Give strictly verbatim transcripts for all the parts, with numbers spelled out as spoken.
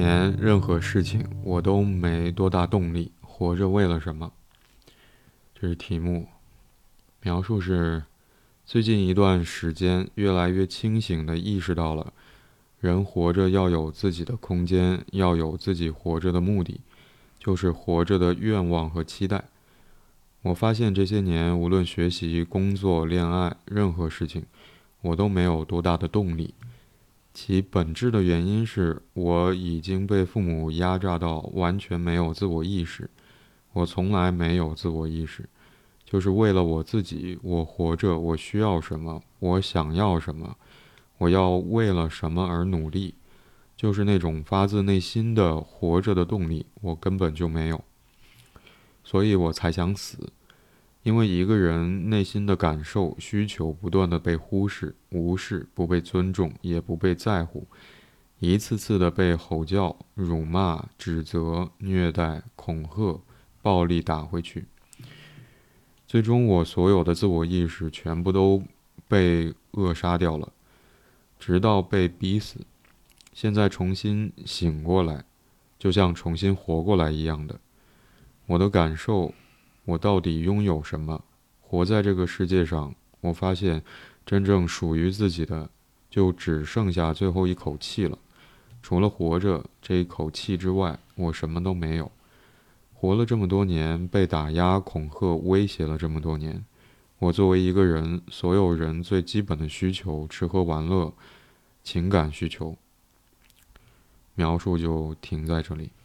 年任何事情我都没多大动力，活着为了什么？这是题目。描述是最近一段时间越来越清醒地意识到了，人活着要有自己的空间，要有自己活着的目的，就是活着的愿望和期待。我发现这些年无论学习、工作、恋爱，任何事情我都没有多大的动力。其本质的原因是我已经被父母压榨到完全没有自我意识。我从来没有自我意识，就是为了我自己，我活着，我需要什么，我想要什么，我要为了什么而努力，就是那种发自内心的活着的动力，我根本就没有。所以我才想死。因为一个人内心的感受、需求不断的被忽视、无视，不被尊重，也不被在乎，一次次的被吼叫、辱骂、指责、虐待、恐吓、暴力打回去。最终我所有的自我意识全部都被扼杀掉了，直到被逼死。现在重新醒过来，就像重新活过来一样的。我的感受，我到底拥有什么？活在这个世界上，我发现真正属于自己的就只剩下最后一口气了。除了活着这一口气之外，我什么都没有。活了这么多年，被打压、恐吓、威胁了这么多年，我作为一个人，所有人最基本的需求，吃喝玩乐、情感需求，描述就停在这里。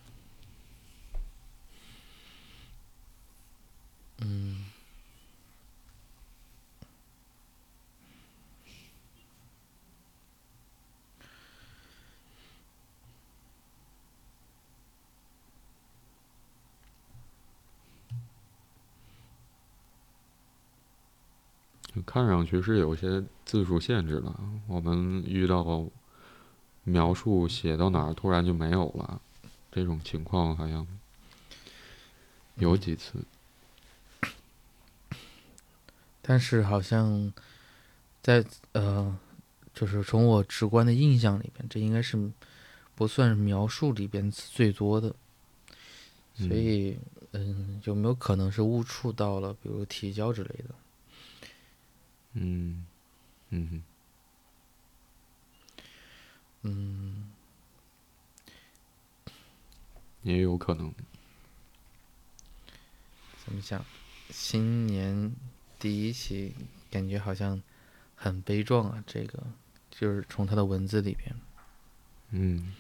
嗯， 看上去是有些字数限制了，我们遇到描述写到哪儿突然就没有了，这种情况好像有几次。 但是好像在呃，就是从我直观的印象里边，这应该是不算是描述里边最多的，所以嗯，有没有可能是误触到了，比如提交之类的？ 嗯嗯嗯， 也有可能。 怎么讲？新年第一期，感觉好像很悲壮啊。这个就是从他的文字里边。 嗯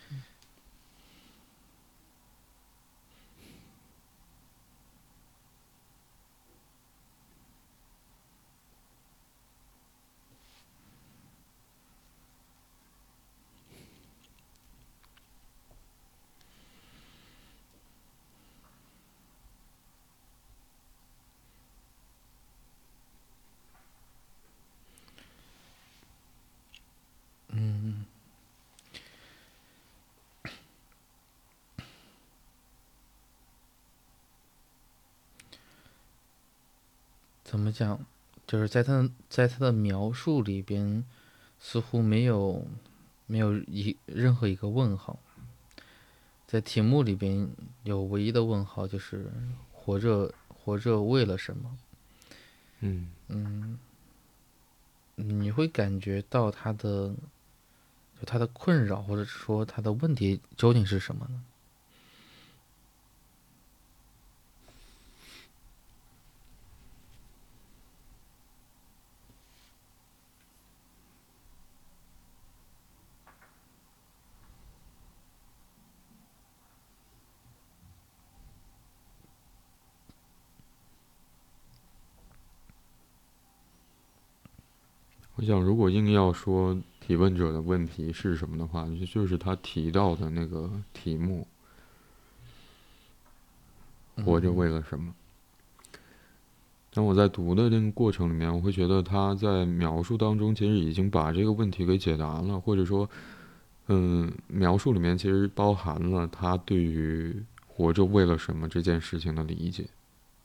嗯，怎么讲？就是在他在他的描述里边，似乎没有没有一任何一个问号。在题目里边有唯一的问号，就是活着活着为了什么？ 嗯嗯，你会感觉到他的就他的困扰，或者说他的问题究竟是什么呢？ 我想，如果硬要说提问者的问题是什么的话，就就是他提到的那个题目：活着为了什么？当我在读的那个过程里面，我会觉得他在描述当中其实已经把这个问题给解答了，或者说，嗯，描述里面其实包含了他对于活着为了什么这件事情的理解。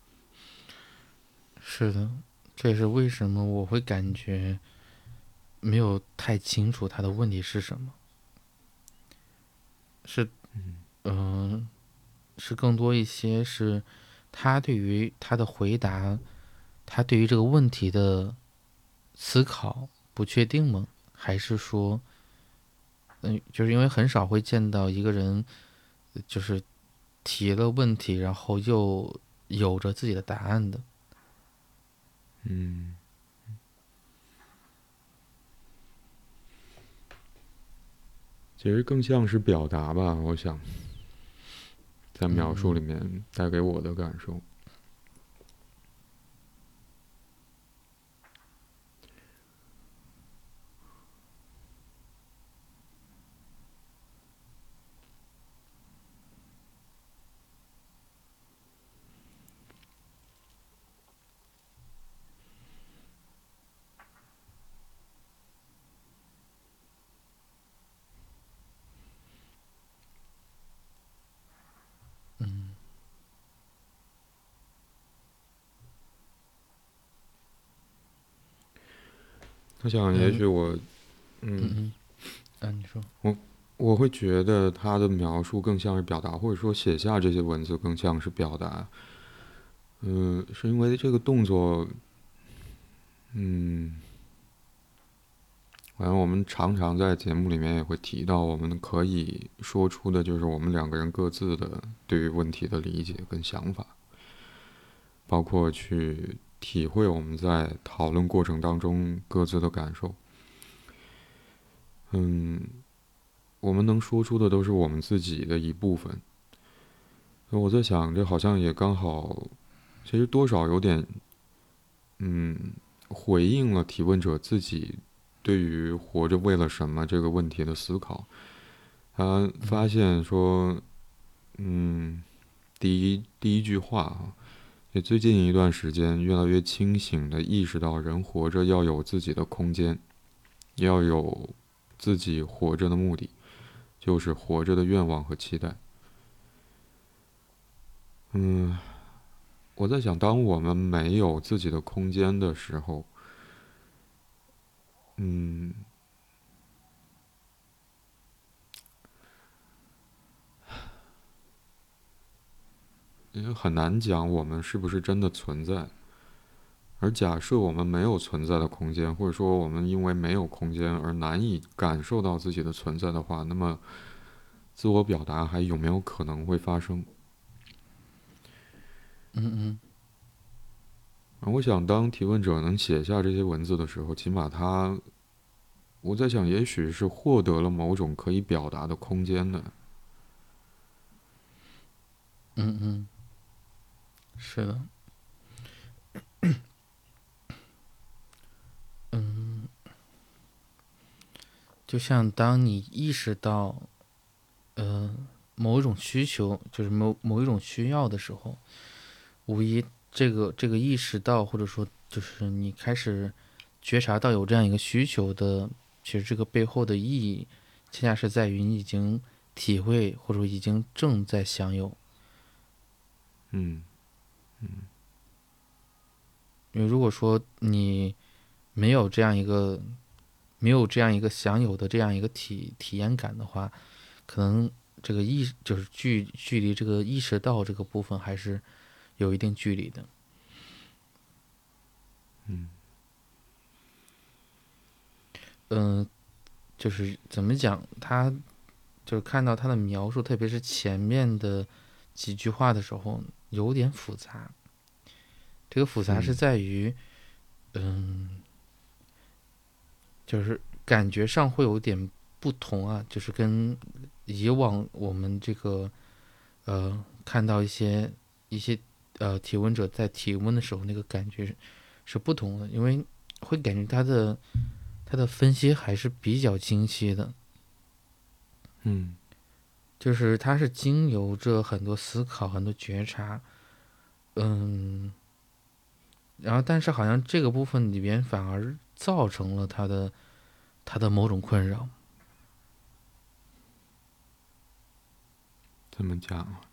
是的，这也是为什么我会感觉没有太清楚他的问题是什么。 是嗯、呃是更多一些是他对于他的回答，他对于这个问题的思考不确定吗？还是说，嗯，就是因为很少会见到一个人就是提了问题，然后又有着自己的答案的。 嗯，其实更像是表达吧，我想在描述里面带给我的感受。我想，也嗯许我，嗯， 嗯嗯，啊，你说。 我我会觉得他的描述更像是表达，或者说写下这些文字更像是表达。嗯、是因为这个动作，嗯，反正我们常常在节目里面也会提到，我们可以说出的就是我们两个人各自的对于问题的理解跟想法，包括去体会我们在讨论过程当中各自的感受。嗯，我们能说出的都是我们自己的一部分。我在想，这好像也刚好，其实多少有点，嗯，回应了提问者自己对于活着为了什么这个问题的思考。他发现说，嗯，第一第一句话啊，也最近一段时间越来越清醒地意识到，人活着要有自己的空间，要有自己活着的目的，就是活着的愿望和期待。嗯，我在想，当我们没有自己的空间的时候，嗯，因为很难讲我们是不是真的存在。而假设我们没有存在的空间，或者说我们因为没有空间而难以感受到自己的存在的话，那么自我表达还有没有可能会发生？ 嗯嗯而我想，当提问者能写下这些文字的时候，起码他，我在想，也许是获得了某种可以表达的空间的。 嗯嗯，是的。嗯，就像当你意识到，呃，某一种需求，就是某某一种需要的时候，无疑这个这个意识到，或者说就是你开始觉察到有这样一个需求的，其实这个背后的意义，恰恰是在于你已经体会，或者说已经正在享有。 嗯因为如果说你没有这样一个没有这样一个享有的这样一个体体验感的话，可能这个意就是距距离这个意识到这个部分还是有一定距离的。 嗯嗯、呃就是怎么讲，他就是看到他的描述，特别是前面的几句话的时候，有点复杂。这个复杂是嗯在于，嗯，就是感觉上会有点不同啊，就是跟以往我们这个呃看到一些一些呃提问者在提问的时候那个感觉是是不同的，因为会感觉他的他的分析还是比较清晰的， 嗯就是他是经由着很多思考、很多觉察，嗯，然后但是好像这个部分里边反而造成了他的他的某种困扰。 怎么讲啊？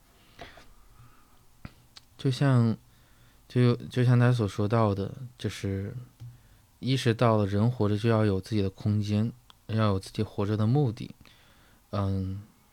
就像就就像他所说到的，就是意识到了人活着就要有自己的空间，要有自己活着的目的。嗯，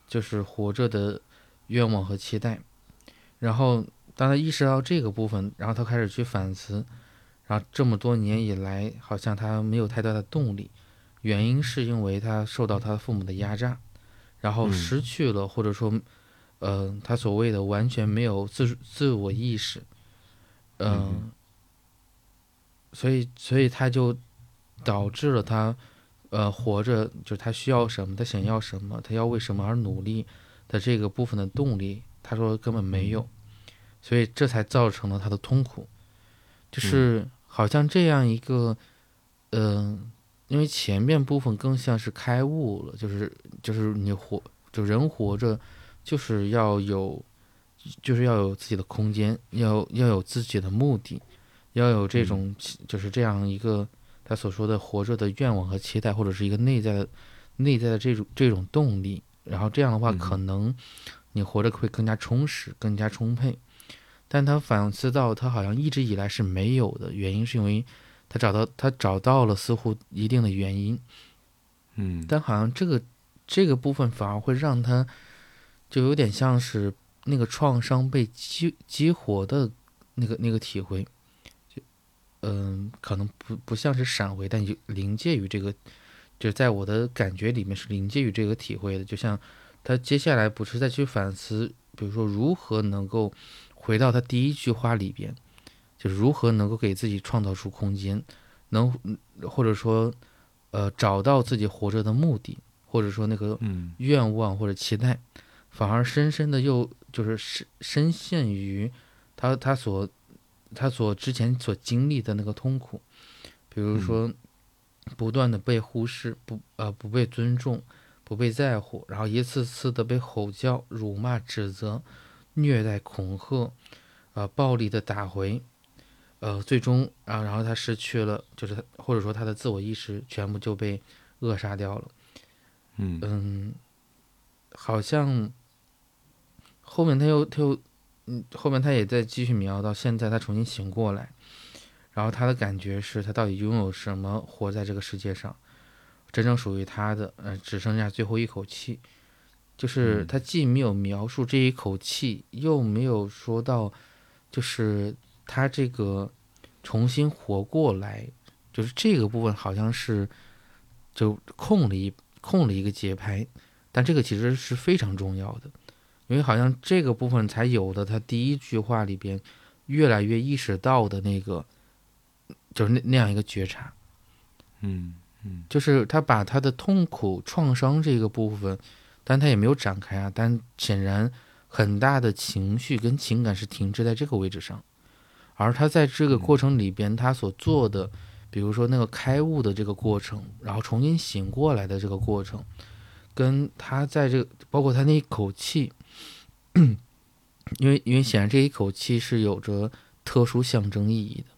就是活着的愿望和期待。然后当他意识到这个部分，然后他开始去反思，然后这么多年以来，好像他没有太大的动力，原因是因为他受到他父母的压榨，然后嗯失去了，或者说，呃，他所谓的完全没有自自我意识，嗯、呃嗯所以所以他就导致了他，呃，活着就是他需要什么，他想要什么，他要为什么而努力的这个部分的动力，他说根本没有，所以这才造成了他的痛苦，就嗯是好像这样一个，嗯、呃，因为前面部分更像是开悟了，就是就是你活，就人活着就是要有，就是要有自己的空间，要要有自己的目的，要有这嗯种就是这样一个他所说的活着的愿望和期待，或者是一个内在的内在的这种这种动力，然后这样的话，可嗯能你活着会更加充实，更加充沛。但他反思到，他好像一直以来是没有的，原因是因为他找到他找到了似乎一定的原因， 嗯但好像这个这个部分反而会让他就有点像是那个创伤被激激活的那个那个体会，嗯，可能不不像是闪回，但就临界于这个，就在我的感觉里面是临界于这个体会的。就像他接下来不是再去反思，比如说如何能够回到他第一句话里边，就是如何能够给自己创造出空间，能或者说呃找到自己活着的目的，或者说那个嗯愿望或者期待，反而深深的又就是深深陷于他他所他所之前所经历的那个痛苦，比如嗯说不断的被忽视，不呃不被尊重，不被在乎，然后一次次的被吼叫、辱骂、指责、虐待、恐吓，呃暴力的打回，呃最终啊，然后他失去了，就是他或者说他的自我意识全部就被扼杀掉了。 嗯嗯，好像后面他又他又嗯后面他也在继续描到现在他重新醒过来。然后他的感觉是他到底拥有什么活在这个世界上，真正属于他的，呃，只剩下最后一口气。就是嗯他既没有描述这一口气，又没有说到，就是他这个重新活过来，就是这个部分好像是就空了一空了一个节拍，但这个其实是非常重要的，因为好像这个部分才有了他第一句话里边越来越意识到的那个。就是那那样一个觉察， 嗯嗯就是他把他的痛苦创伤这个部分，但他也没有展开啊，但显然很大的情绪跟情感是停滞在这个位置上，而他在这个过程里边，他所做的，比如说那个开悟的这个过程，然后重新醒过来的这个过程，跟他在这个包括他那一口气，因为因为显然这一口气是有着特殊象征意义的。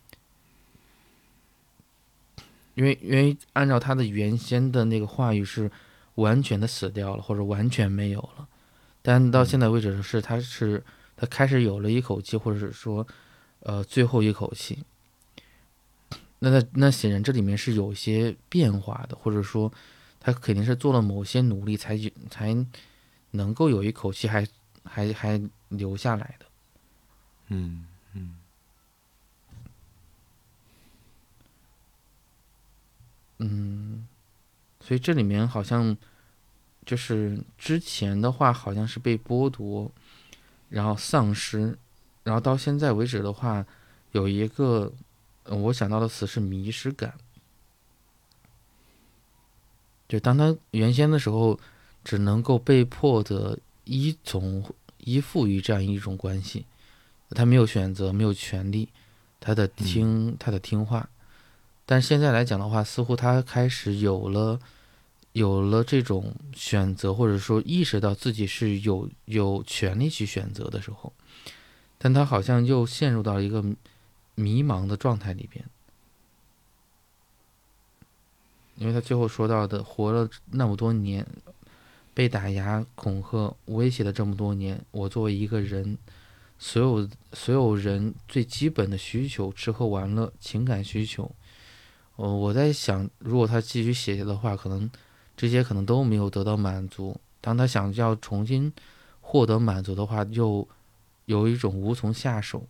因为因为按照他的原先的那个话语是完全的死掉了，或者完全没有了，但到现在为止是他是他开始有了一口气，或者是说呃最后一口气。那那那显然这里面是有一些变化的，或者说他肯定是做了某些努力才才能够有一口气还还还留下来的。 嗯嗯嗯，所以这里面好像就是之前的话好像是被剥夺，然后丧失，然后到现在为止的话，有一个、呃我想到的词是迷失感。就当他原先的时候，只能够被迫的依从依附于这样一种关系，他没有选择，没有权利，他的听、他的听话。但现在来讲的话，似乎他开始有了有了这种选择，或者说意识到自己是有有权利去选择的时候，但他好像又陷入到一个迷茫的状态里边。因为他最后说到的，活了那么多年，被打压、恐吓、威胁了这么多年，我作为一个人，所有所有人最基本的需求，吃喝玩乐、情感需求，呃，我在想，如果他继续写下的话，可能这些可能都没有得到满足， 当他想要重新获得满足的话，又有一种无从下手。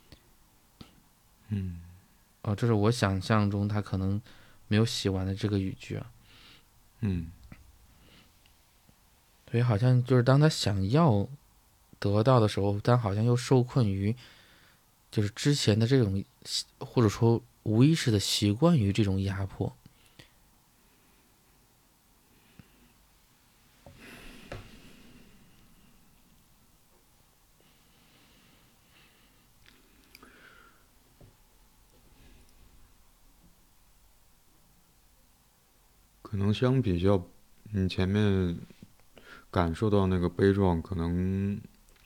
嗯， 哦，这是我想象中他可能没有写完的这个语句啊。 嗯， 所以好像就是当他想要得到的时候，但好像又受困于就是之前的这种，或者说无意识的习惯于这种压迫。 可能相比较，你前面感受到那个悲壮，可能，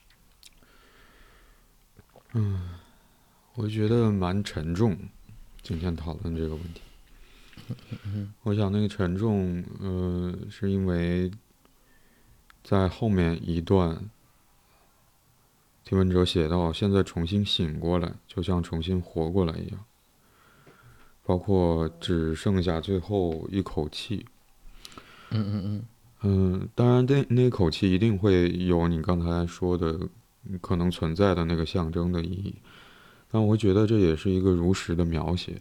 嗯，我觉得蛮沉重。今天讨论这个问题，我想那个沉重，呃，是因为在后面一段，提问者写到，现在重新醒过来，就像重新活过来一样，包括只剩下最后一口气。 嗯嗯嗯嗯，当然那那口气一定会有你刚才说的可能存在的那个象征的意义，但我会觉得这也是一个如实的描写，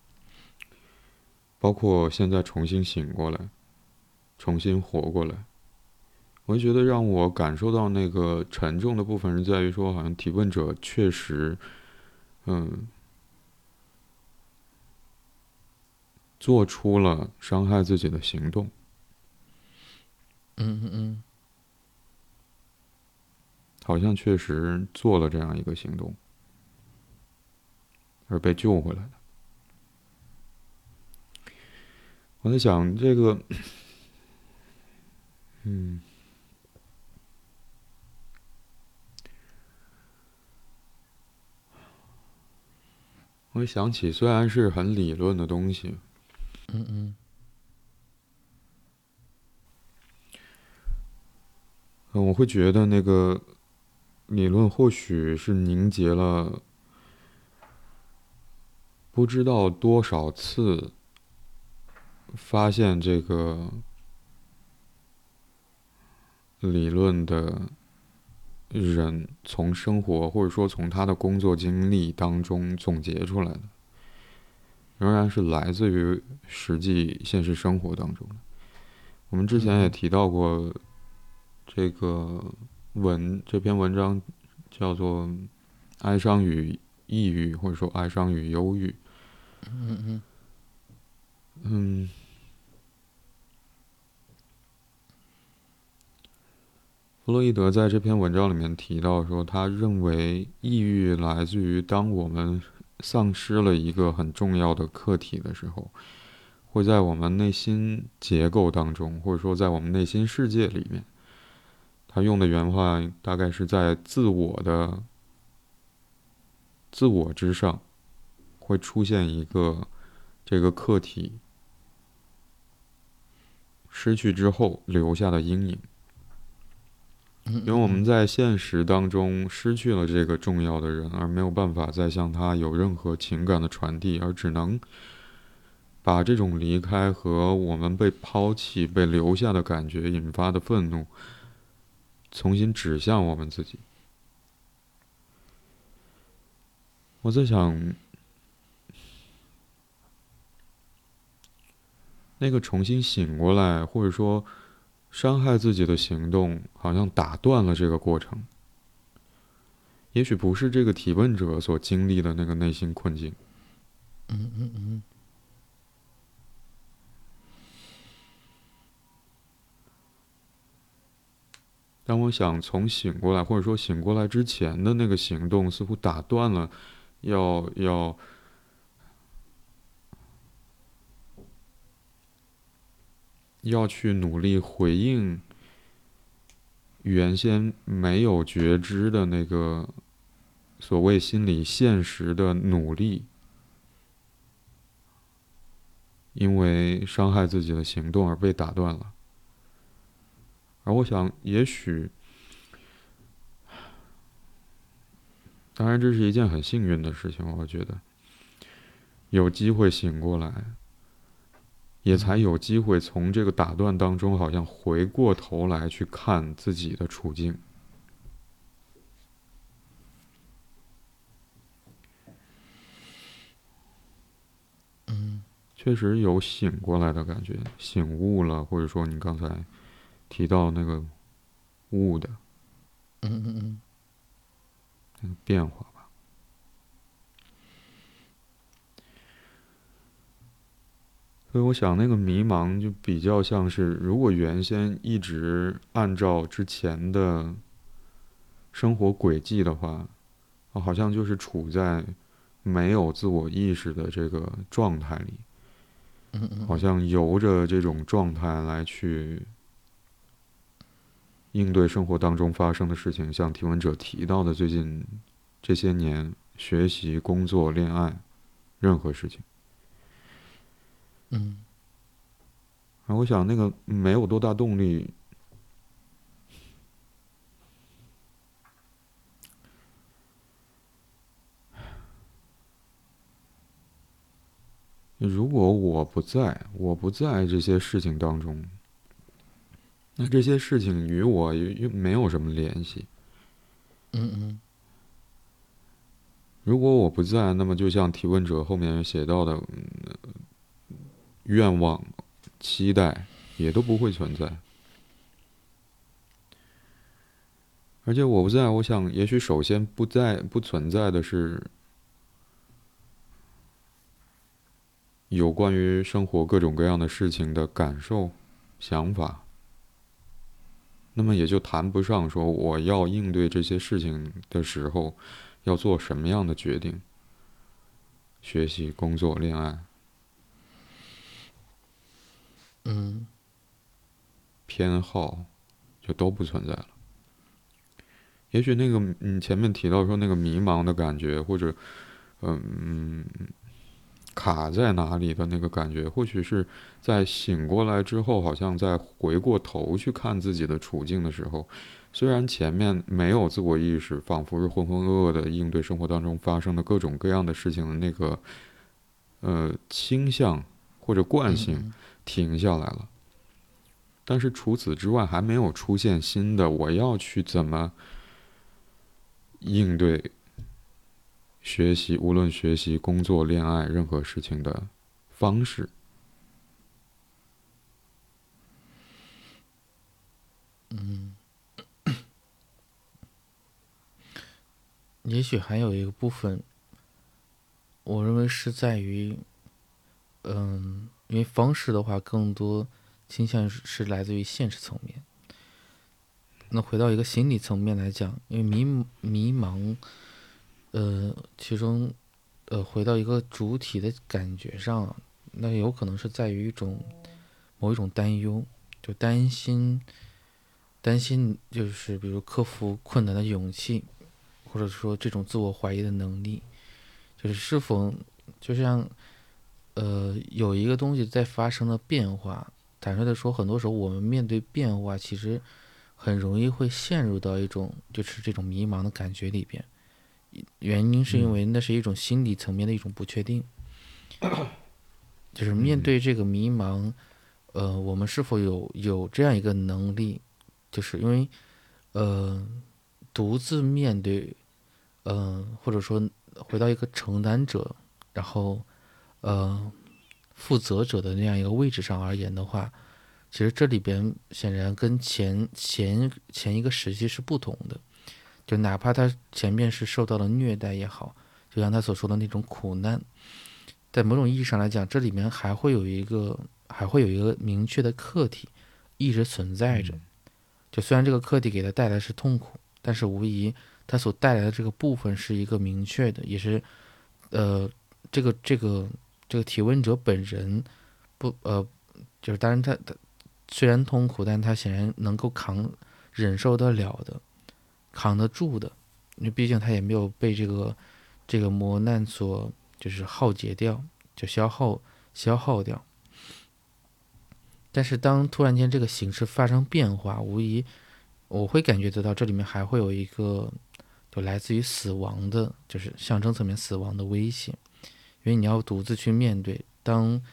包括现在重新醒过来，重新活过来。我会觉得让我感受到那个沉重的部分是在于说，好像提问者确实，嗯，做出了伤害自己的行动。 嗯嗯嗯， 好像确实做了这样一个行动，而被救回来的。我在想这个，嗯，我想起虽然是很理论的东西， 嗯嗯嗯，我会觉得那个理论或许是凝结了不知道多少次发现这个理论的人从生活或者说从他的工作经历当中总结出来的，仍然是来自于实际现实生活当中的。我们之前也提到过这个文这篇文章叫做《哀伤与抑郁》，或者说哀伤与忧郁。 嗯嗯嗯，弗洛伊德在这篇文章里面提到说，他认为抑郁来自于当我们丧失了一个很重要的课题的时候，会在我们内心结构当中，或者说在我们内心世界里面，他用的原话大概是在自我的自我之上会出现一个这个课题失去之后留下的阴影。因为我们在现实当中失去了这个重要的人，而没有办法再向他有任何情感的传递，而只能把这种离开和我们被抛弃、被留下的感觉引发的愤怒，重新指向我们自己。我在想，那个重新醒过来，或者说伤害自己的行动，好像打断了这个过程。也许不是这个提问者所经历的那个内心困境。 嗯嗯嗯但我想从醒过来，或者说醒过来之前的那个行动，似乎打断了要要要去努力回应原先没有觉知的那个所谓心理现实的努力，因为伤害自己的行动而被打断了。而我想，也许，当然这是一件很幸运的事情，我觉得有机会醒过来， 也才有机会从这个打断当中，好像回过头来去看自己的处境。 嗯， 确实有醒过来的感觉，醒悟了，或者说你刚才提到那个悟的， 嗯嗯嗯， 那个变化吧。所以我想，那个迷茫就比较像是，如果原先一直按照之前的生活轨迹的话，好像就是处在没有自我意识的这个状态里， 嗯嗯， 好像由着这种状态来去应对生活当中发生的事情，像提问者提到的，最近这些年学习、工作、恋爱，任何事情。 嗯， 然后我想，那个没有多大动力。如果我不在，我不在这些事情当中，那这些事情与我又没有什么联系。 嗯嗯， 如果我不在，那么就像提问者后面写到的，嗯、愿望、期待也都不会存在。而且我不在，我想也许首先不在、不存在的是有关于生活各种各样的事情的感受、想法。那么也就谈不上说我要应对这些事情的时候要做什么样的决定，学习、工作、恋爱， 嗯， 偏好就都不存在了。也许那个你前面提到说那个迷茫的感觉，或者嗯卡在哪里的那个感觉，或许是在醒过来之后，好像在回过头去看自己的处境的时候，虽然前面没有自我意识，仿佛是浑浑噩噩的应对生活当中发生的各种各样的事情的那个呃倾向或者惯性停下来了，但是除此之外还没有出现新的我要去怎么应对学习，无论学习、工作、恋爱任何事情的方式。 也许还有一个部分，我认为是在于，嗯，因为方式的话，更多倾向是是来自于现实层面。那回到一个心理层面来讲，因为迷迷茫，呃，其中，呃，回到一个主体的感觉上啊，那有可能是在于一种某一种担忧，就担心担心就是比如克服困难的勇气，或者说这种自我怀疑的能力，就是是否就像呃有一个东西在发生了变化。坦率的说，很多时候我们面对变化，其实很容易会陷入到一种就是这种迷茫的感觉里边。原因是因为那是一种心理层面的一种不确定，就是面对这个迷茫，呃，我们是否有有这样一个能力，就是因为呃独自面对，呃或者说回到一个承担者，然后呃负责者的那样一个位置上而言的话，其实这里边显然跟前前前一个时期是不同的。就哪怕他前面是受到了虐待也好，就像他所说的那种苦难，在某种意义上来讲，这里面还会有一个还会有一个明确的课题一直存在着。就虽然这个课题给他带来是痛苦，但是无疑他所带来的这个部分是一个明确的，也是呃这个这个这个提问者本人不呃就是当然他他虽然痛苦，但他显然能够扛忍受得了的。扛得住的，因为毕竟他也没有被这个这个磨难所就是耗竭掉，就消耗消耗掉。但是当突然间这个形势发生变化，无疑我会感觉得到这里面还会有一个就来自于死亡的，就是象征层面死亡的威胁，因为你要独自去面对。当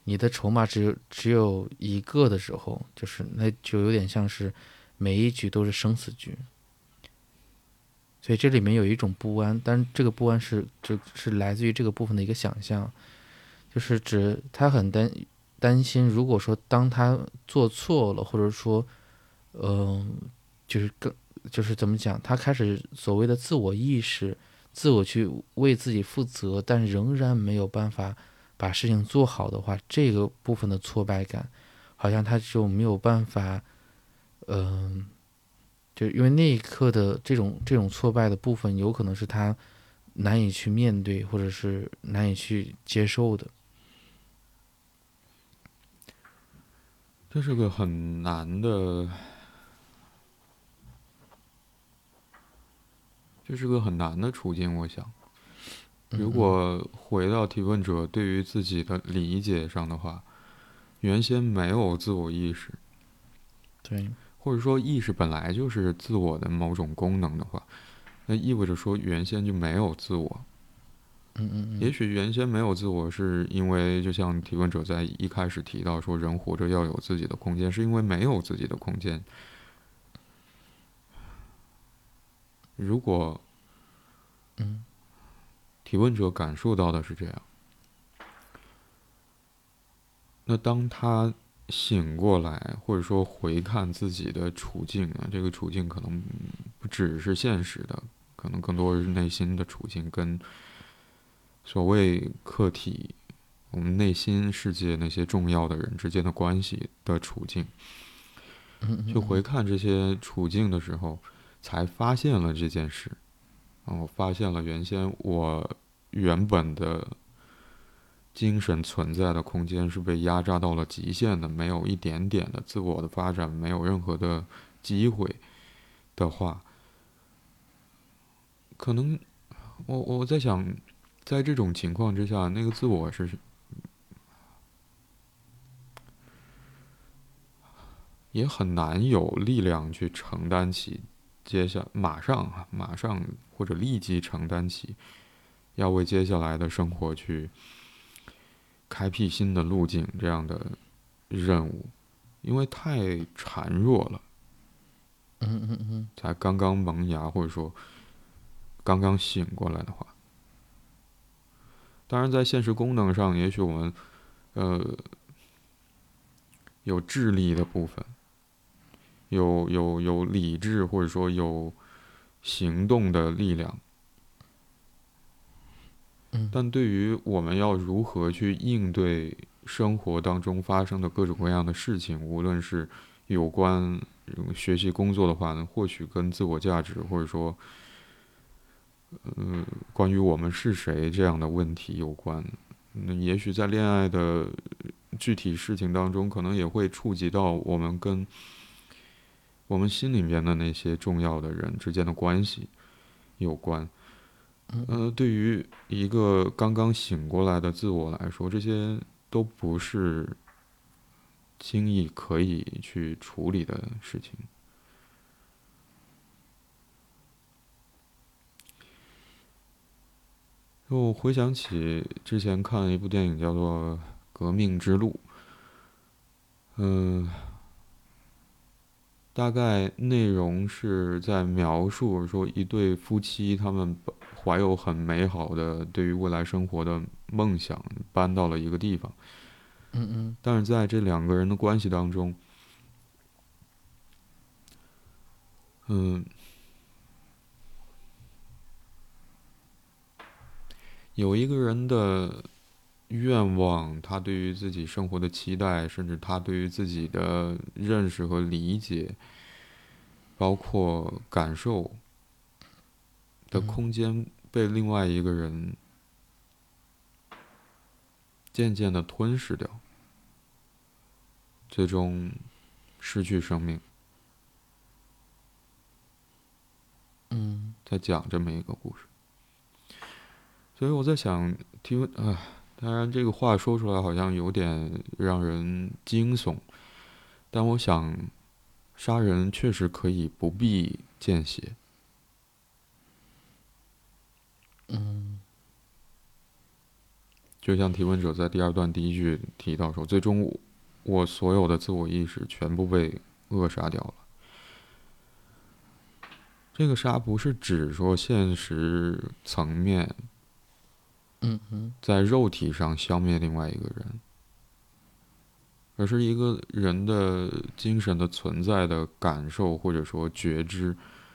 你的筹码只有只有一个的时候，就是那就有点像是每一局都是生死局。所以这里面有一种不安，但这个不安是这是来自于这个部分的一个想象，就是指他很担担心，如果说当他做错了，或者说，嗯、呃，就是更就是怎么讲，他开始所谓的自我意识，自我去为自己负责，但仍然没有办法把事情做好的话，这个部分的挫败感，好像他就没有办法，嗯、呃。就因为那一刻的这种这种挫败的部分，有可能是他难以去面对，或者是难以去接受的。 这是个很难的，这是个很难的处境。我想，如果回到提问者对于自己的理解上的话，原先没有自我意识， 对， 或者说意识本来就是自我的某种功能的话，那意味着说原先就没有自我。 嗯嗯嗯， 也许原先没有自我，是因为就像提问者在一开始提到说，人活着要有自己的空间，是因为没有自己的空间。如果嗯提问者感受到的是这样，那当他醒过来，或者说回看自己的处境啊，这个处境可能不只是现实的，可能更多是内心的处境，跟所谓客体我们内心世界那些重要的人之间的关系的处境。去回看这些处境的时候，才发现了这件事。我发现了原先我原本的精神存在的空间是被压榨到了极限的，没有一点点的自我的发展，没有任何的机会的话，可能我我在想，在这种情况之下，那个自我是也很难有力量去承担起接下马上马上或者立即承担起要为接下来的生活去开辟新的路径这样的任务，因为太孱弱了。 嗯嗯嗯， 才刚刚萌芽，或者说刚刚醒过来的话，当然在现实功能上，也许我们呃有智力的部分，有有有理智，或者说有行动的力量。但对于我们要如何去应对生活当中发生的各种各样的事情，无论是有关学习工作的话呢，或许跟自我价值，或者说呃关于我们是谁这样的问题有关。那也许在恋爱的具体事情当中，可能也会触及到我们跟我们心里面的那些重要的人之间的关系有关。呃，对于一个刚刚醒过来的自我来说，这些都不是轻易可以去处理的事情。我回想起之前看了一部电影，叫做《革命之路》。嗯、呃，大概内容是在描述说一对夫妻，他们怀有很美好的对于未来生活的梦想，搬到了一个地方。 嗯嗯， 但是在这两个人的关系当中，嗯，有一个人的愿望，他对于自己生活的期待，甚至他对于自己的认识和理解，包括感受的空间，被另外一个人渐渐的吞噬掉，最终失去生命。 嗯， 在讲这么一个故事。所以我在想，听啊，当然这个话说出来好像有点让人惊悚，但我想，杀人确实可以不必见血。 就像提问者在第二段第一句提到说，最终我我所有的自我意识全部被扼杀掉了。这个杀不是指说现实层面， 嗯嗯， 在肉体上消灭另外一个人，而是一个人的精神的存在的感受或者说觉知，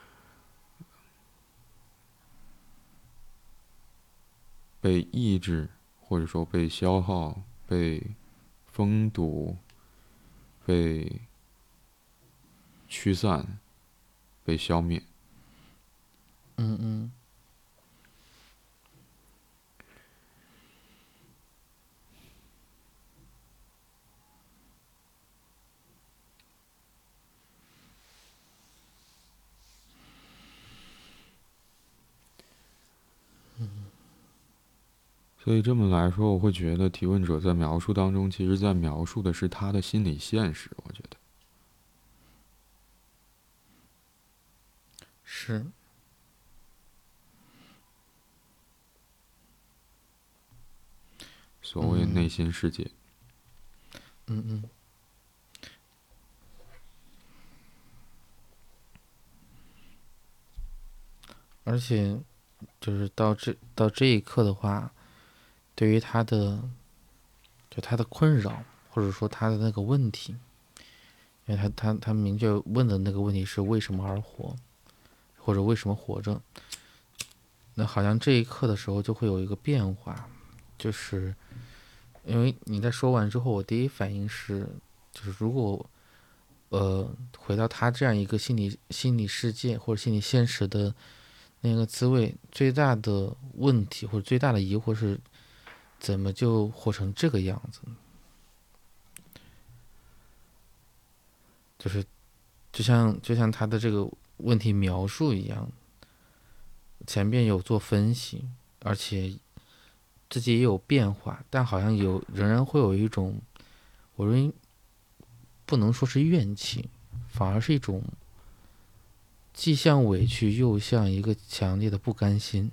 被抑制，或者说被消耗、被封堵、被驱散、被消灭。 嗯嗯。 所以这么来说，我会觉得提问者在描述当中，其实在描述的是他的心理现实。我觉得是。 所谓内心世界。 嗯嗯。而且，就是到这到这一刻的话，对于他的，就他的困扰，或者说他的那个问题，因为他他他明确问的那个问题是为什么而活，或者为什么活着。那好像这一刻的时候就会有一个变化，就是因为你在说完之后，我第一反应是，就是如果呃回到他这样一个心理心理世界或者心理现实的那个滋味，最大的问题或者最大的疑惑是，怎么就活成这个样子？就是就像就像他的这个问题描述一样，前边有做分析，而且自己也有变化，但好像有仍然会有一种，我认为不能说是怨气，反而是一种既像委屈又像一个强烈的不甘心。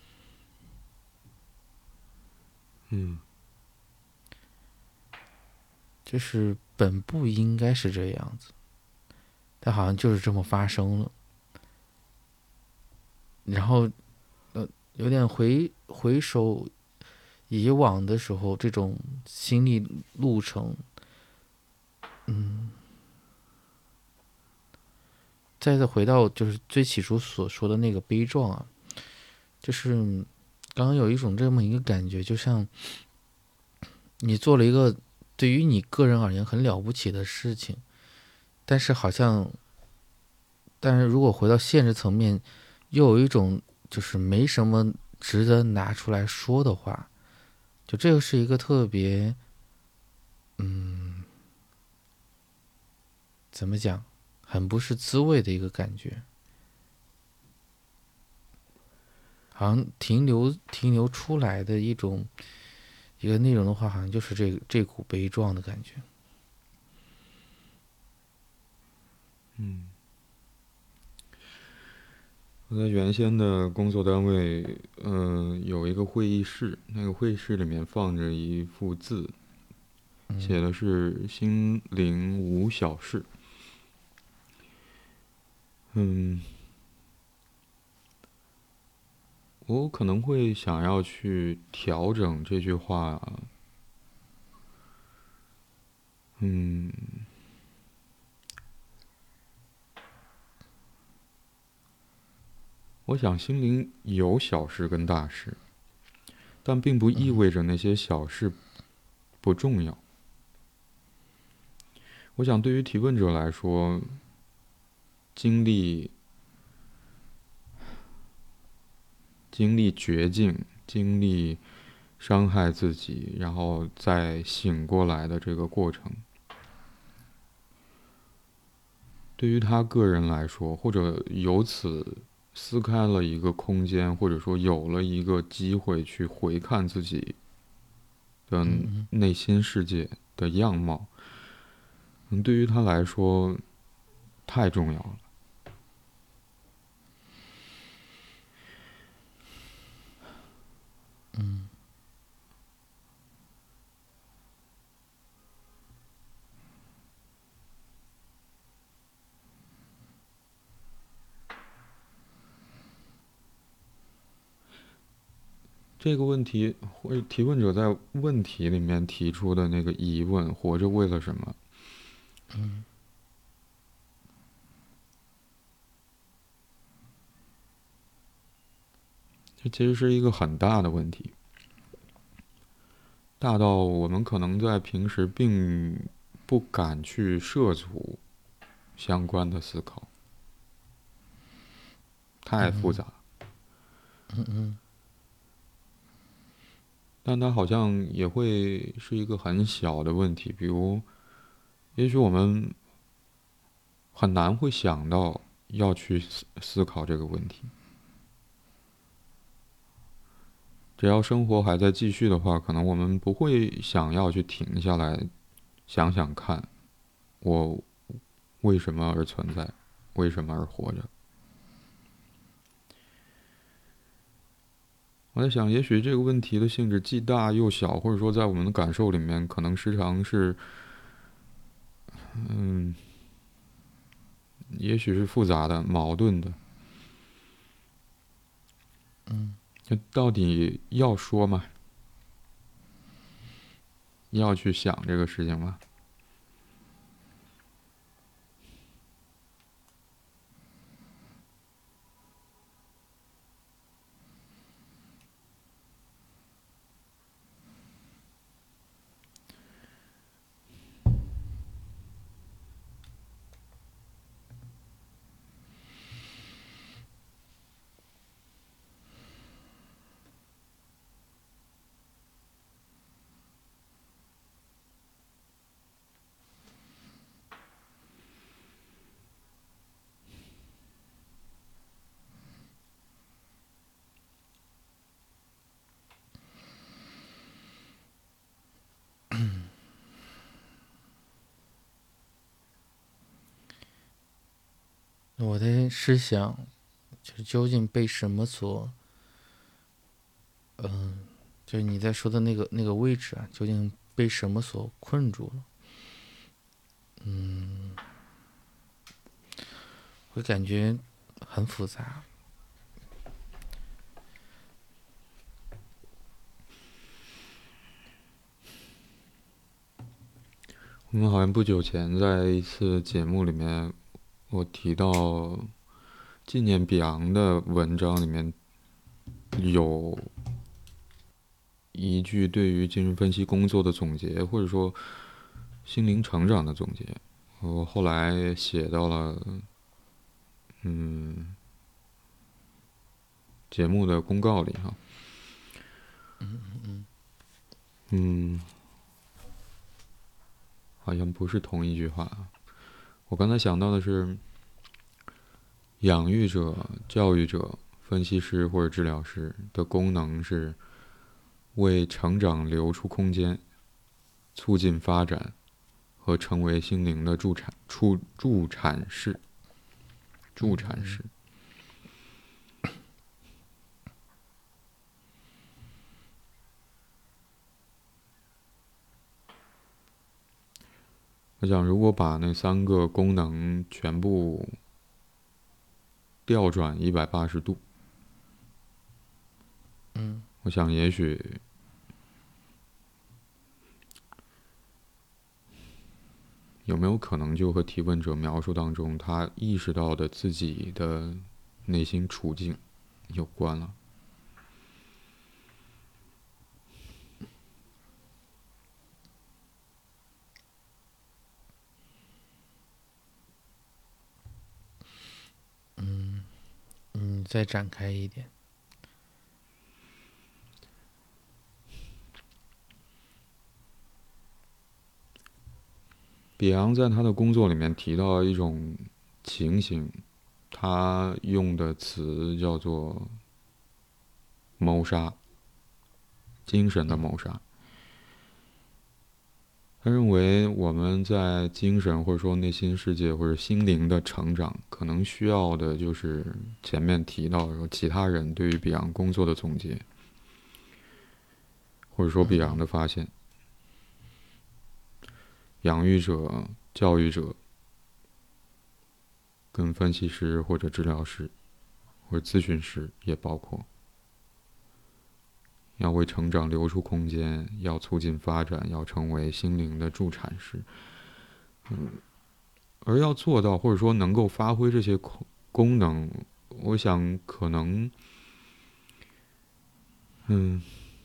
嗯， 就是本不应该是这样子，但好像就是这么发生了。然后，呃，有点回回首以往的时候，这种心理路程，嗯，再次回到就是最起初所说的那个悲壮啊，就是刚刚有一种这么一个感觉，就像你做了一个对于你个人而言很了不起的事情，但是好像，但是如果回到现实层面，又有一种就是没什么值得拿出来说的话，就这个是一个特别，嗯，怎么讲，很不是滋味的一个感觉，好像停留停留出来的一种一个内容的话，好像就是这这股悲壮的感觉。 嗯，我在原先的工作单位，嗯、呃，有一个会议室，那个会议室里面放着一幅字，写的是“心灵无小事”。嗯，我可能会想要去调整这句话。嗯，我想心灵有小事跟大事，但并不意味着那些小事不重要。我想对于提问者来说，经历经历绝境，经历伤害自己，然后再醒过来的这个过程，对于他个人来说，或者由此撕开了一个空间，或者说有了一个机会去回看自己的内心世界的样貌，嗯，对于他来说太重要了。 这个问题，或者提问者在问题里面提出的那个疑问，活着为了什么？ 嗯这其实是一个很大的问题，大到我们可能在平时并不敢去涉足相关的思考，太复杂了。 嗯嗯但它好像也会是一个很小的问题，比如，也许我们很难会想到要去思思考这个问题。只要生活还在继续的话，可能我们不会想要去停下来想想看，我为什么而存在，为什么而活着。我在想，也许这个问题的性质既大又小，或者说在我们的感受里面，可能时常是，嗯，也许是复杂的、矛盾的。 嗯， 那到底要说吗？要去想这个事情吗？ 我在试想，就是究竟被什么所，嗯，就是你在说的那个那个位置啊，究竟被什么所困住了？嗯，会感觉很复杂。 我们好像不久前在一次节目里面，我提到纪念比昂的文章里面有一句对于精神分析工作的总结，或者说心灵成长的总结，我后来写到了嗯节目的公告里哈。 嗯嗯嗯，好像不是同一句话。我刚才想到的是，养育者、教育者、分析师或者治疗师的功能是为成长留出空间，促进发展和成为心灵的助产助助产士。助产士。我想，如果把那三个功能全部调转一百八十度， 嗯我想也许有没有可能就和提问者描述当中他意识到的自己的内心处境有关了。 嗯嗯，再展开一点。 比昂在他的工作里面提到一种情形，他用的词叫做谋杀，精神的谋杀。他认为我们在精神或者说内心世界或者心灵的成长，可能需要的就是前面提到说其他人对于比昂工作的总结，或者说比昂的发现。养育者、教育者、跟分析师或者治疗师或者咨询师也包括。 要为成长留出空间，要促进发展，要成为心灵的助产师。嗯，而要做到或者说能够发挥这些功能，我想可能，嗯，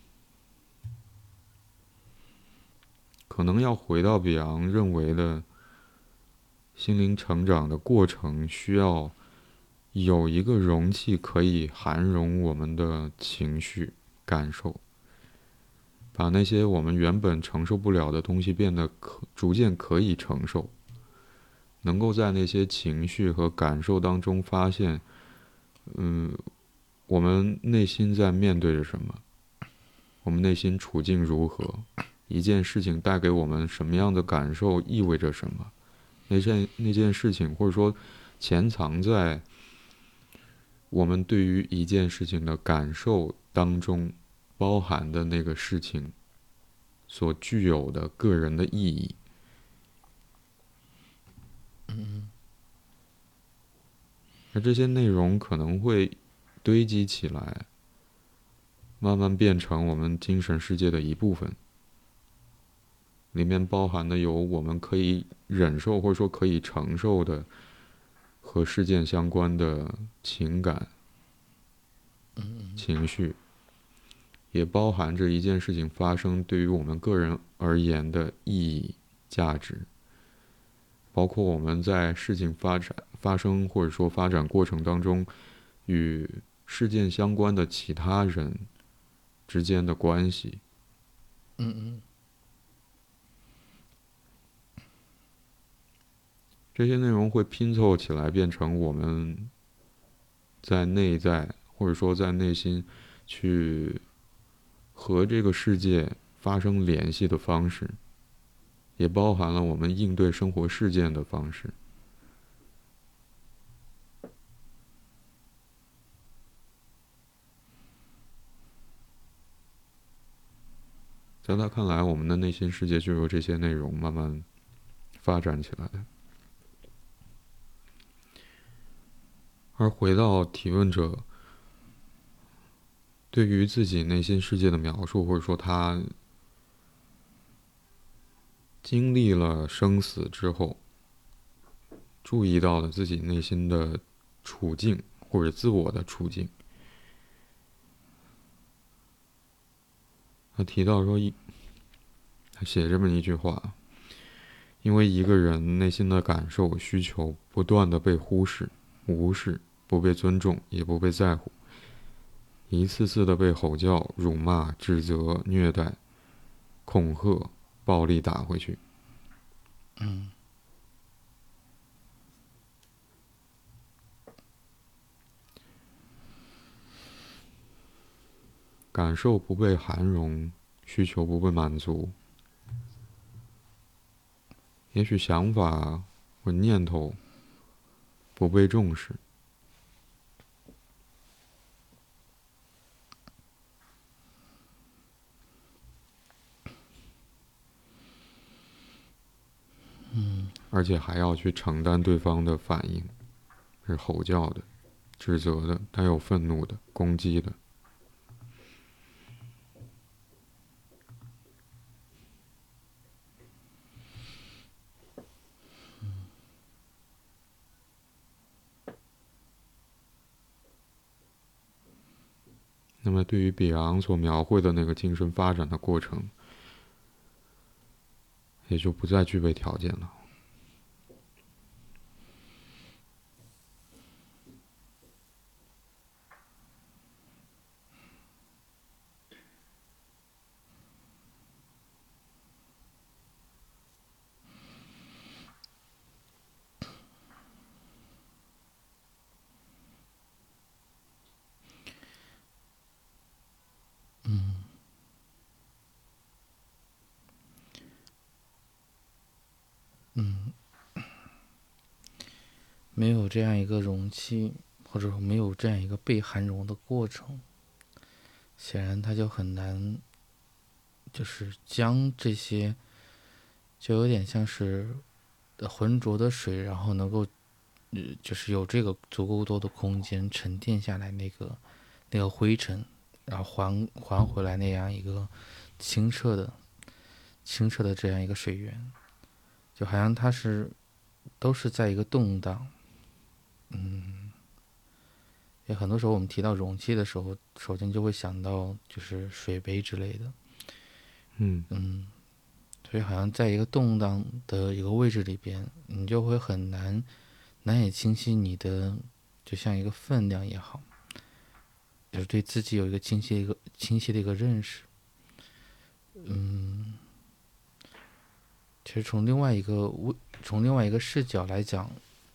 可能要回到比昂认为的心灵成长的过程，需要有一个容器可以含容我们的情绪感受，把那些我们原本承受不了的东西变得可逐渐可以承受，能够在那些情绪和感受当中发现，嗯，我们内心在面对着什么，我们内心处境如何，一件事情带给我们什么样的感受，意味着什么，那件那件事情或者说潜藏在我们对于一件事情的感受当中包含的那个事情所具有的个人的意义。 嗯， 而这些内容可能会堆积起来，慢慢变成我们精神世界的一部分，里面包含的有我们可以忍受或者说可以承受的和事件相关的情感、情绪，也包含着一件事情发生对于我们个人而言的意义、价值，包括我们在事情发展、发生或者说发展过程当中与事件相关的其他人之间的关系。 嗯嗯， 这些内容会拼凑起来，变成我们在内在或者说在内心去和这个世界发生联系的方式，也包含了我们应对生活事件的方式。在他看来，我们的内心世界就由这些内容慢慢发展起来的。而回到提问者对于自己内心世界的描述，或者说他经历了生死之后注意到了自己内心的处境或者自我的处境，他提到说，他写这么一句话：因为一个人内心的感受、需求不断的被忽视、无视，不被尊重，也不被在乎，一次次的被吼叫、辱骂、指责、虐待、恐吓、暴力打回去。 嗯， 感受不被涵容，需求不被满足，也许想法或念头不被重视， 嗯， 而且还要去承担对方的反应，是吼叫的、指责的、带有愤怒的、攻击的。那么对于比昂所描绘的那个精神发展的过程，也就不再具备条件了。 没有这样一个容器，或者说没有这样一个被涵容的过程，显然他就很难，就是将这些，就有点像是浑浊的水，然后能够，呃，就是有这个足够多的空间沉淀下来那个那个灰尘， 然后还还回来那样一个清澈的、清澈的这样一个水源，就好像它是都是在一个动荡。嗯，也很多时候我们提到容器的时候，首先就会想到就是水杯之类的。 嗯嗯，所以好像在一个动荡的一个位置里边，你就会很难难以清晰你的，就像一个分量也好，就是对自己有一个清晰的一个清晰的一个认识。嗯，其实从另外一个位从另外一个视角来讲，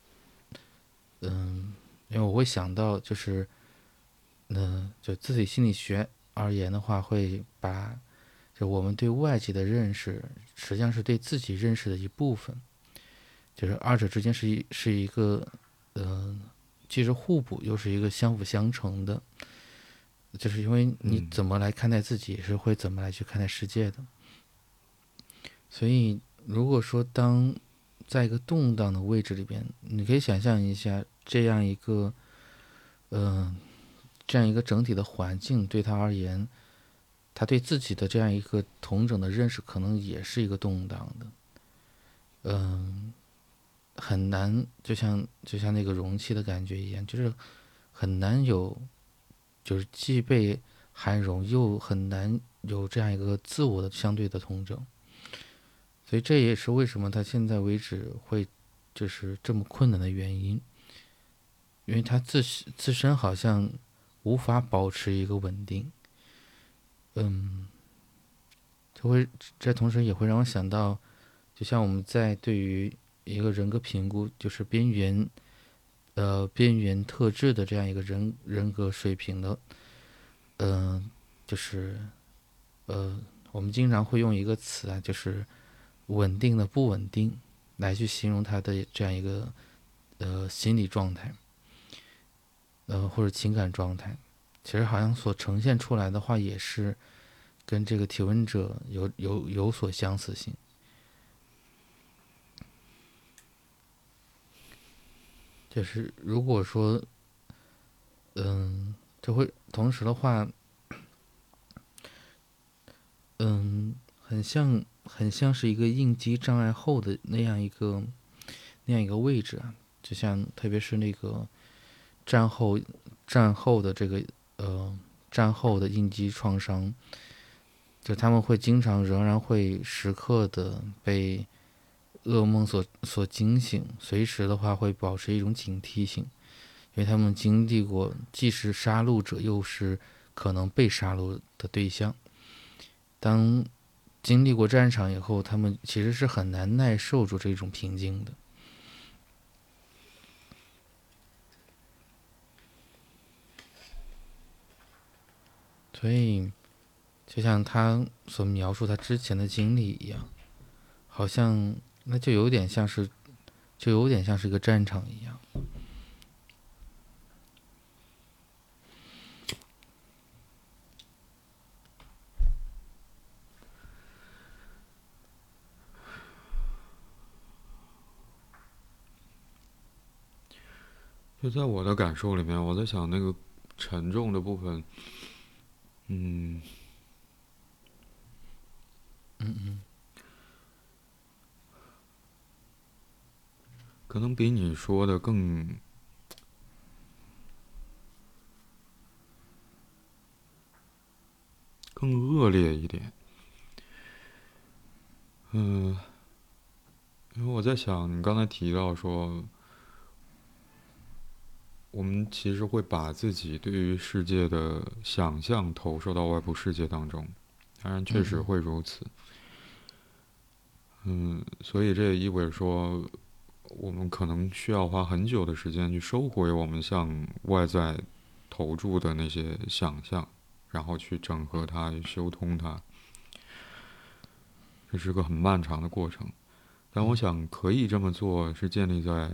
嗯，因为我会想到就是，嗯、就自体心理学而言的话，会把就我们对外界的认识，实际上是对自己认识的一部分，就是二者之间是一是一个，嗯、既是互补，又是一个相辅相成的。就是因为你嗯怎么来看待自己，也是会怎么来去看待世界的。所以，如果说当在一个动荡的位置里边，你可以想象一下这样一个，嗯、这样一个整体的环境对他而言，他对自己的这样一个同整的认识，可能也是一个动荡的。嗯，很难，就像就像那个容器的感觉一样，就是很难有，就是既被涵容，又很难有这样一个自我的相对的同整。所以这也是为什么他现在为止会就是这么困难的原因，因为他自自身好像无法保持一个稳定。嗯，这会这同时也会让我想到，就像我们在对于一个人格评估，就是边缘呃边缘特质的这样一个人人格水平的，嗯、呃，就是呃我们经常会用一个词啊，就是稳定的不稳定，来去形容他的这样一个呃心理状态，呃或者情感状态。其实好像所呈现出来的话，也是跟这个提问者有有有所相似性。就是如果说，嗯，这会同时的话，嗯，很像很像是一个应激障碍后的那样一个那样一个位置啊，就像特别是那个战后战后的这个呃战后的应激创伤，就他们会经常仍然会时刻的被噩梦所所惊醒，随时的话会保持一种警惕性，因为他们经历过既是杀戮者又是可能被杀戮的对象。当经历过战场以后，他们其实是很难耐受住这种平静的。所以，就像他所描述他之前的经历一样，好像那就有点像是，就有点像是一个战场一样。 就在我的感受里面，我在想那个沉重的部分，嗯嗯嗯可能比你说的更更恶劣一点。嗯、因为我在想，你刚才提到说，我们其实会把自己对于世界的想象投射到外部世界当中，当然确实嗯嗯会如此。嗯，所以这也意味着说，我们可能需要花很久的时间去收回我们向外在投注的那些想象，然后去整合它、去修通它，这是个很漫长的过程。但我想可以这么做，是建立在，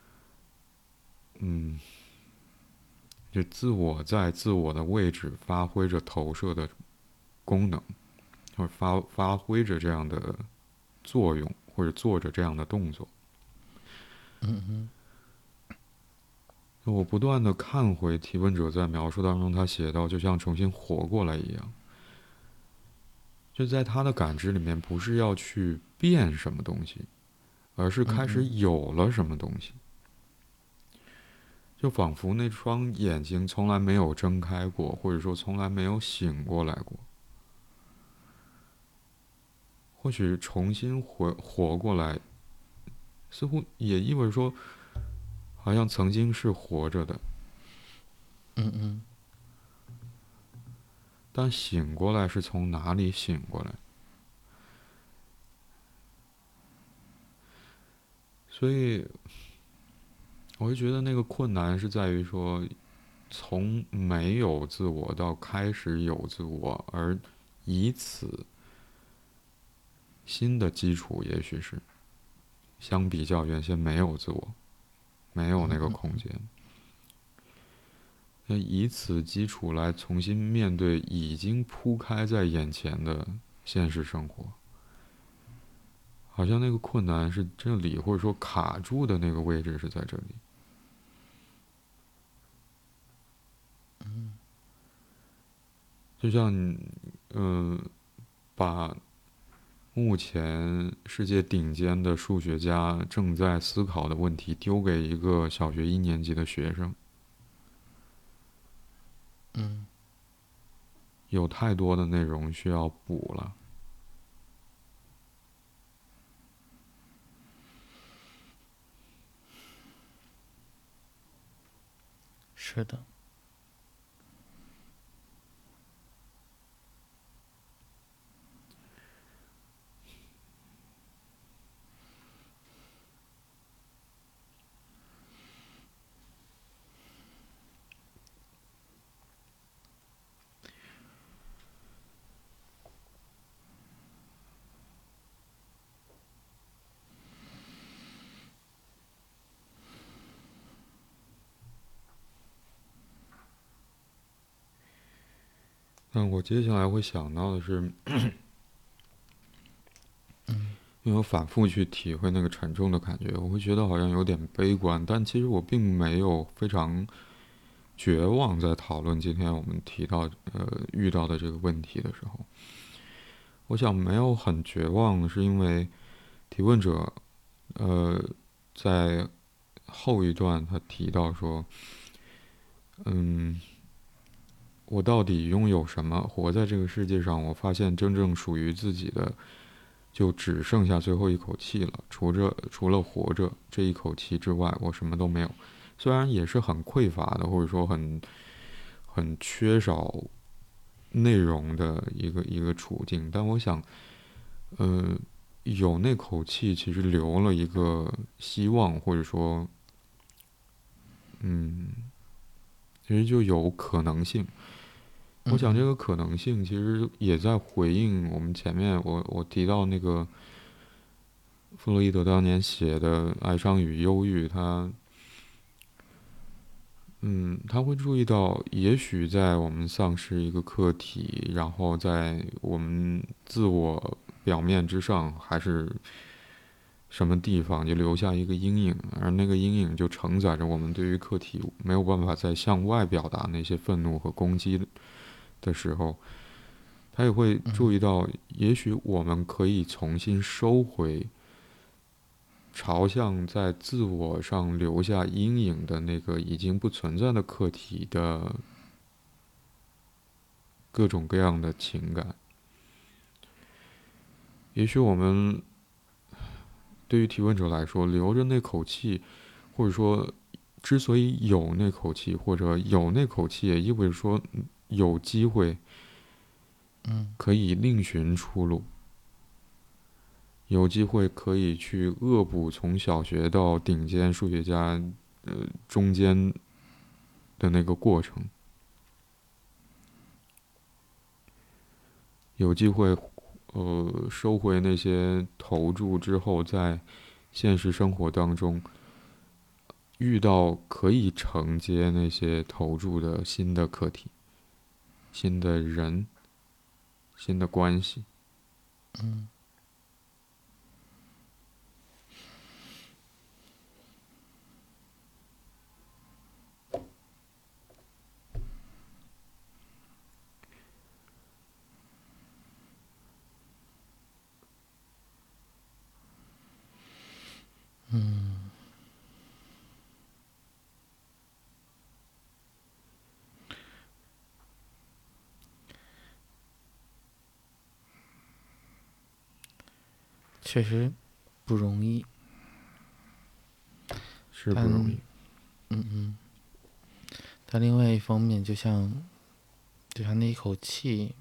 嗯，就自我在自我的位置发挥着投射的功能，或者发发挥着这样的作用，或者做着这样的动作。 嗯嗯我不断的看回提问者在描述当中，他写到就像重新活过来一样，就在他的感知里面，不是要去变什么东西，而是开始有了什么东西，就仿佛那双眼睛从来没有睁开过，或者说从来没有醒过来过。或许重新活活过来，似乎也意味着说，好像曾经是活着的， 嗯嗯， 但醒过来是从哪里醒过来？所以，我会觉得那个困难是在于说，从没有自我到开始有自我，而以此新的基础，也许是相比较原先没有自我，没有那个空间。那以此基础来重新面对已经铺开在眼前的现实生活，好像那个困难是这里，或者说卡住的那个位置是在这里。就像嗯、呃，把目前世界顶尖的数学家正在思考的问题丢给一个小学一年级的学生， 嗯， 有太多的内容需要补了。 是的。 那我接下来会想到的是，因为我反复去体会那个沉重的感觉，我会觉得好像有点悲观，但其实我并没有非常绝望。在讨论今天我们提到呃遇到的这个问题的时候，我想没有很绝望，是因为提问者呃在后一段他提到说，嗯。我到底拥有什么？活在这个世界上，我发现真正属于自己的，就只剩下最后一口气了。除着除了活着这一口气之外，我什么都没有。虽然也是很匮乏的，或者说很很缺少内容的一个一个处境，但我想，呃，有那口气，其实留了一个希望，或者说，嗯，其实就有可能性。我想这个可能性其实也在回应我们前面我我提到那个弗洛伊德当年写的《哀伤与忧郁》，他嗯他会注意到，也许在我们丧失一个客体，然后在我们自我表面之上，还是什么地方就留下一个阴影，而那个阴影就承载着我们对于客体没有办法再向外表达那些愤怒和攻击的时候，他也会注意到，也许我们可以重新收回朝向在自我上留下阴影的那个已经不存在的客体的各种各样的情感。也许我们对于提问者来说，留着那口气，或者说之所以有那口气，或者有那口气，也意味着说有机会可以另寻出路，有机会可以去恶补从小学到顶尖数学家呃中间的那个过程，有机会呃收回那些投注之后，在现实生活当中遇到可以承接那些投注的新的课题、新的人、新的关系。 嗯， 确实不容易。 是不容易。 嗯嗯。但另外一方面，就像就像那一口气，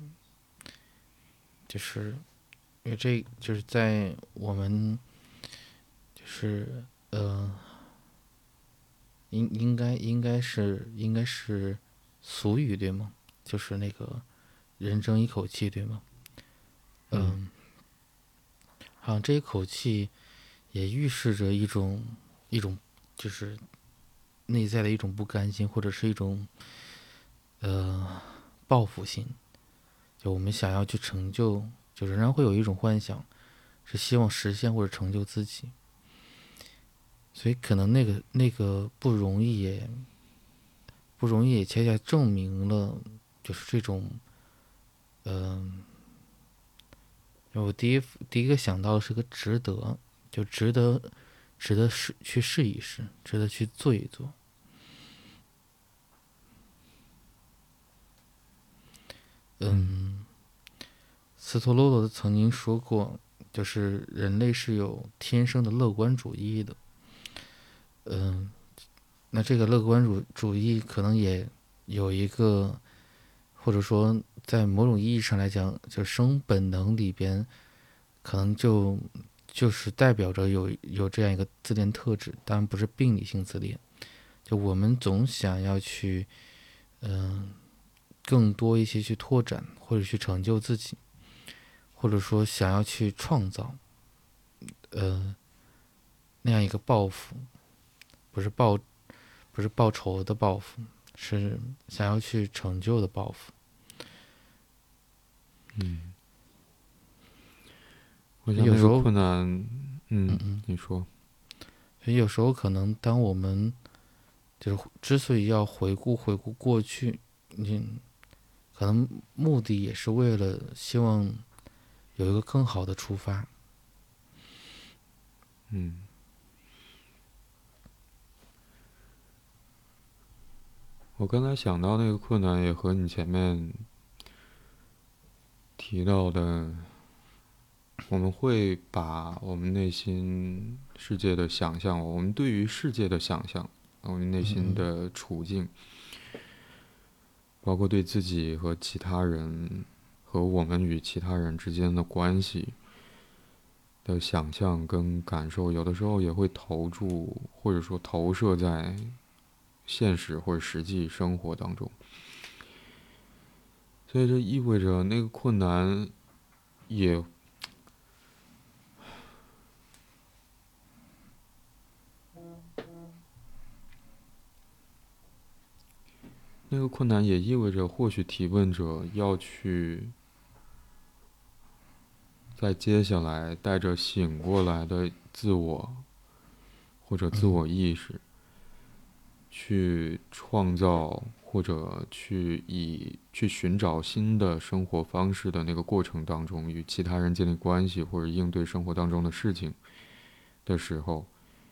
就是因为这就是在我们就是呃，应应该应该是应该是俗语对吗？就是那个人争一口气对吗？嗯，好像这一口气也预示着一种一种就是内在的一种不甘心，或者是一种呃报复心。就我们想要去成就，就仍然会有一种幻想，是希望实现或者成就自己。所以可能那个那个不容易也不容易，也恰恰证明了就是这种，嗯、呃，我第一第一个想到的是个值得，就值得值得试去试一试，值得去做一做。嗯，斯托洛罗曾经说过，就是人类是有天生的乐观主义的。嗯，那这个乐观主主义可能也有一个，或者说在某种意义上来讲，就生本能里边，可能就就是代表着有有这样一个自恋特质，当然不是病理性自恋。就我们总想要去，嗯、更多一些去拓展或者去成就自己，或者说想要去创造，呃，那样一个抱负，不是报不是报仇的报复，是想要去成就的抱负。 嗯，我想有时候， 那个困难，嗯， 嗯嗯， 你说。 所以有时候可能当我们就是之所以要回顾回顾过去，嗯，可能目的也是为了希望有一个更好的出发。 嗯，我刚才想到那个困难，也和你前面提到的，我们会把我们内心世界的想象，我们对于世界的想象，我们内心的处境，包括对自己和其他人，和我们与其他人之间的关系的想象跟感受，有的时候也会投注或者说投射在现实或者实际生活当中。所以这意味着那个困难也那个困难也意味着，或许提问者要去在接下来带着醒过来的自我或者自我意识，去创造或者去以去寻找新的生活方式的那个过程当中，与其他人建立关系或者应对生活当中的事情的时候，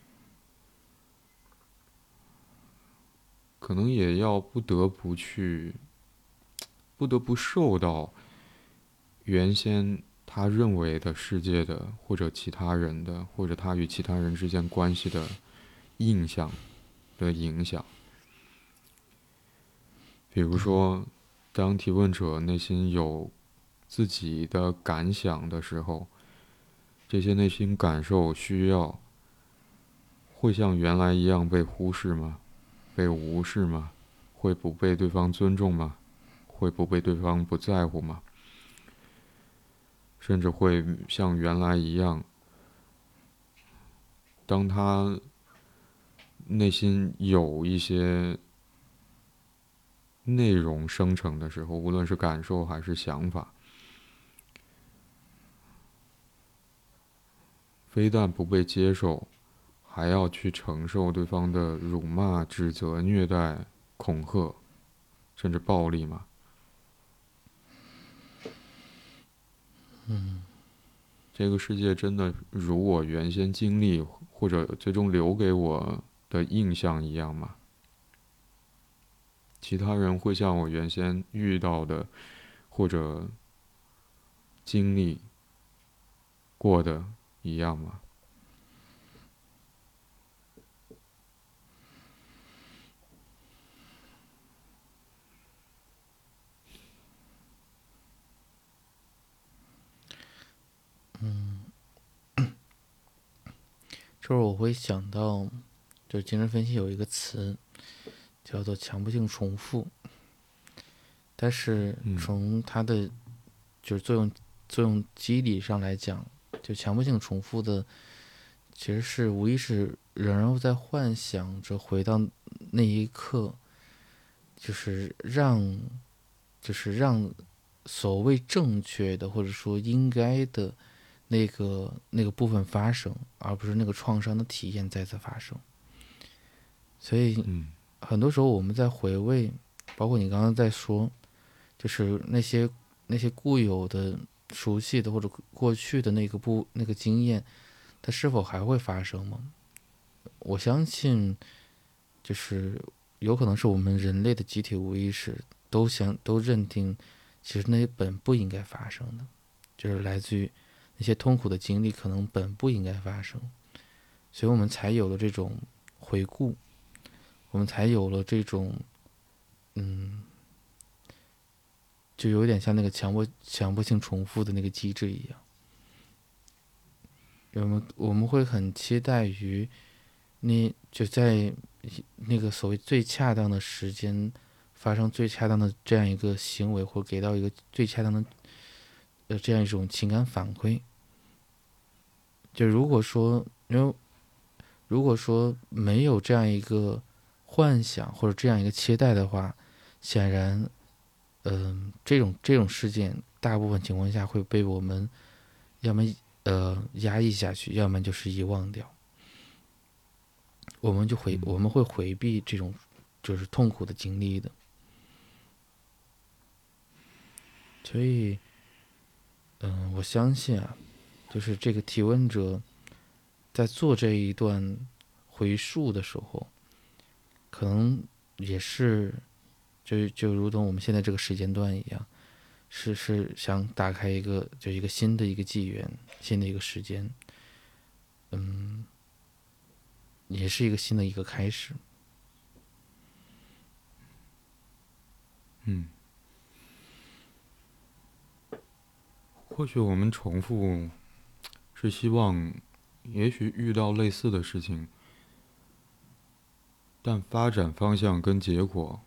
可能也要不得不去，不得不受到原先他认为的世界的，或者其他人的，或者他与其他人之间关系的印象的影响。比如说，当提问者内心有自己的感想的时候，这些内心感受需要会像原来一样被忽视吗？被无视吗？会不被对方尊重吗？会不被对方不在乎吗？甚至会像原来一样，当他内心有一些内容生成的时候，无论是感受还是想法，非但不被接受，还要去承受对方的辱骂、指责、虐待、恐吓，甚至暴力嘛。 嗯， 这个世界真的如我原先经历或者最终留给我的印象一样吗？其他人会像我原先遇到的或者经历过的一样吗？ 就是我会想到，就是精神分析有一个词叫做强迫性重复，但是从它的就是作用作用机理上来讲，就强迫性重复的其实是无疑是仍然在幻想着回到那一刻，就是让就是让所谓正确的或者说应该的那个那个部分发生，而不是那个创伤的体验再次发生。所以很多时候我们在回味，包括你刚刚在说，就是那些那些固有的熟悉的或者过去的那个不那个经验，它是否还会发生吗？我相信就是有可能是我们人类的集体无意识都想都认定其实那些本不应该发生的，就是来自于那些痛苦的经历可能本不应该发生，所以我们才有了这种回顾，我们才有了这种嗯就有点像那个强迫强迫性重复的那个机制一样。我们我们会很期待于你就在那个所谓最恰当的时间发生最恰当的这样一个行为，或给到一个最恰当的呃这样一种情感反馈。就如果说因为如果说没有这样一个幻想或者这样一个期待的话，显然嗯、呃，这种这种事件大部分情况下会被我们要么呃压抑下去，要么就是遗忘掉。我们就回我们会回避这种就是痛苦的经历的。所以嗯、呃，我相信啊，就是这个提问者在做这一段回溯的时候，可能也是就就如同我们现在这个时间段一样，是是想打开一个就一个新的一个纪元，新的一个时间，嗯，也是一个新的一个开始。 嗯，或许我们重复是希望也许遇到类似的事情，但发展方向跟结果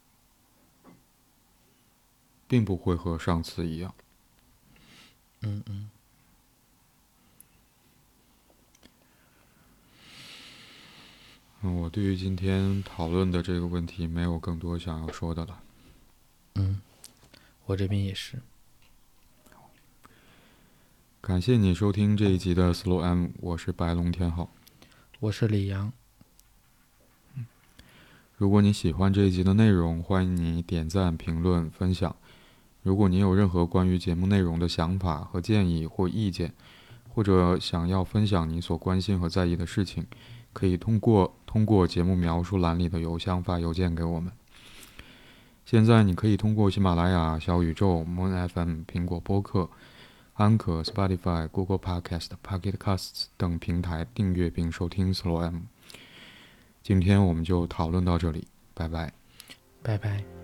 并不会和上次一样。 嗯嗯。 嗯，我对于今天讨论的这个问题没有更多想要说的了。 嗯，我这边也是。 感谢你收听这一集的 Slow M， 我是白龙天浩， 我是李阳。 如果你喜欢这一集的内容，欢迎你点赞、评论、分享。如果你有任何关于节目内容的想法和建议或意见，或者想要分享你所关心和在意的事情，可以通过通过节目描述栏里的邮箱发邮件给我们。现在你可以通过喜马拉雅、小宇宙、Moon F M、苹果播客、安可、Spotify、Google Podcast、Pocket Casts 等平台订阅并收听 Slow M。今天我们就讨论到这里，拜拜。 拜拜。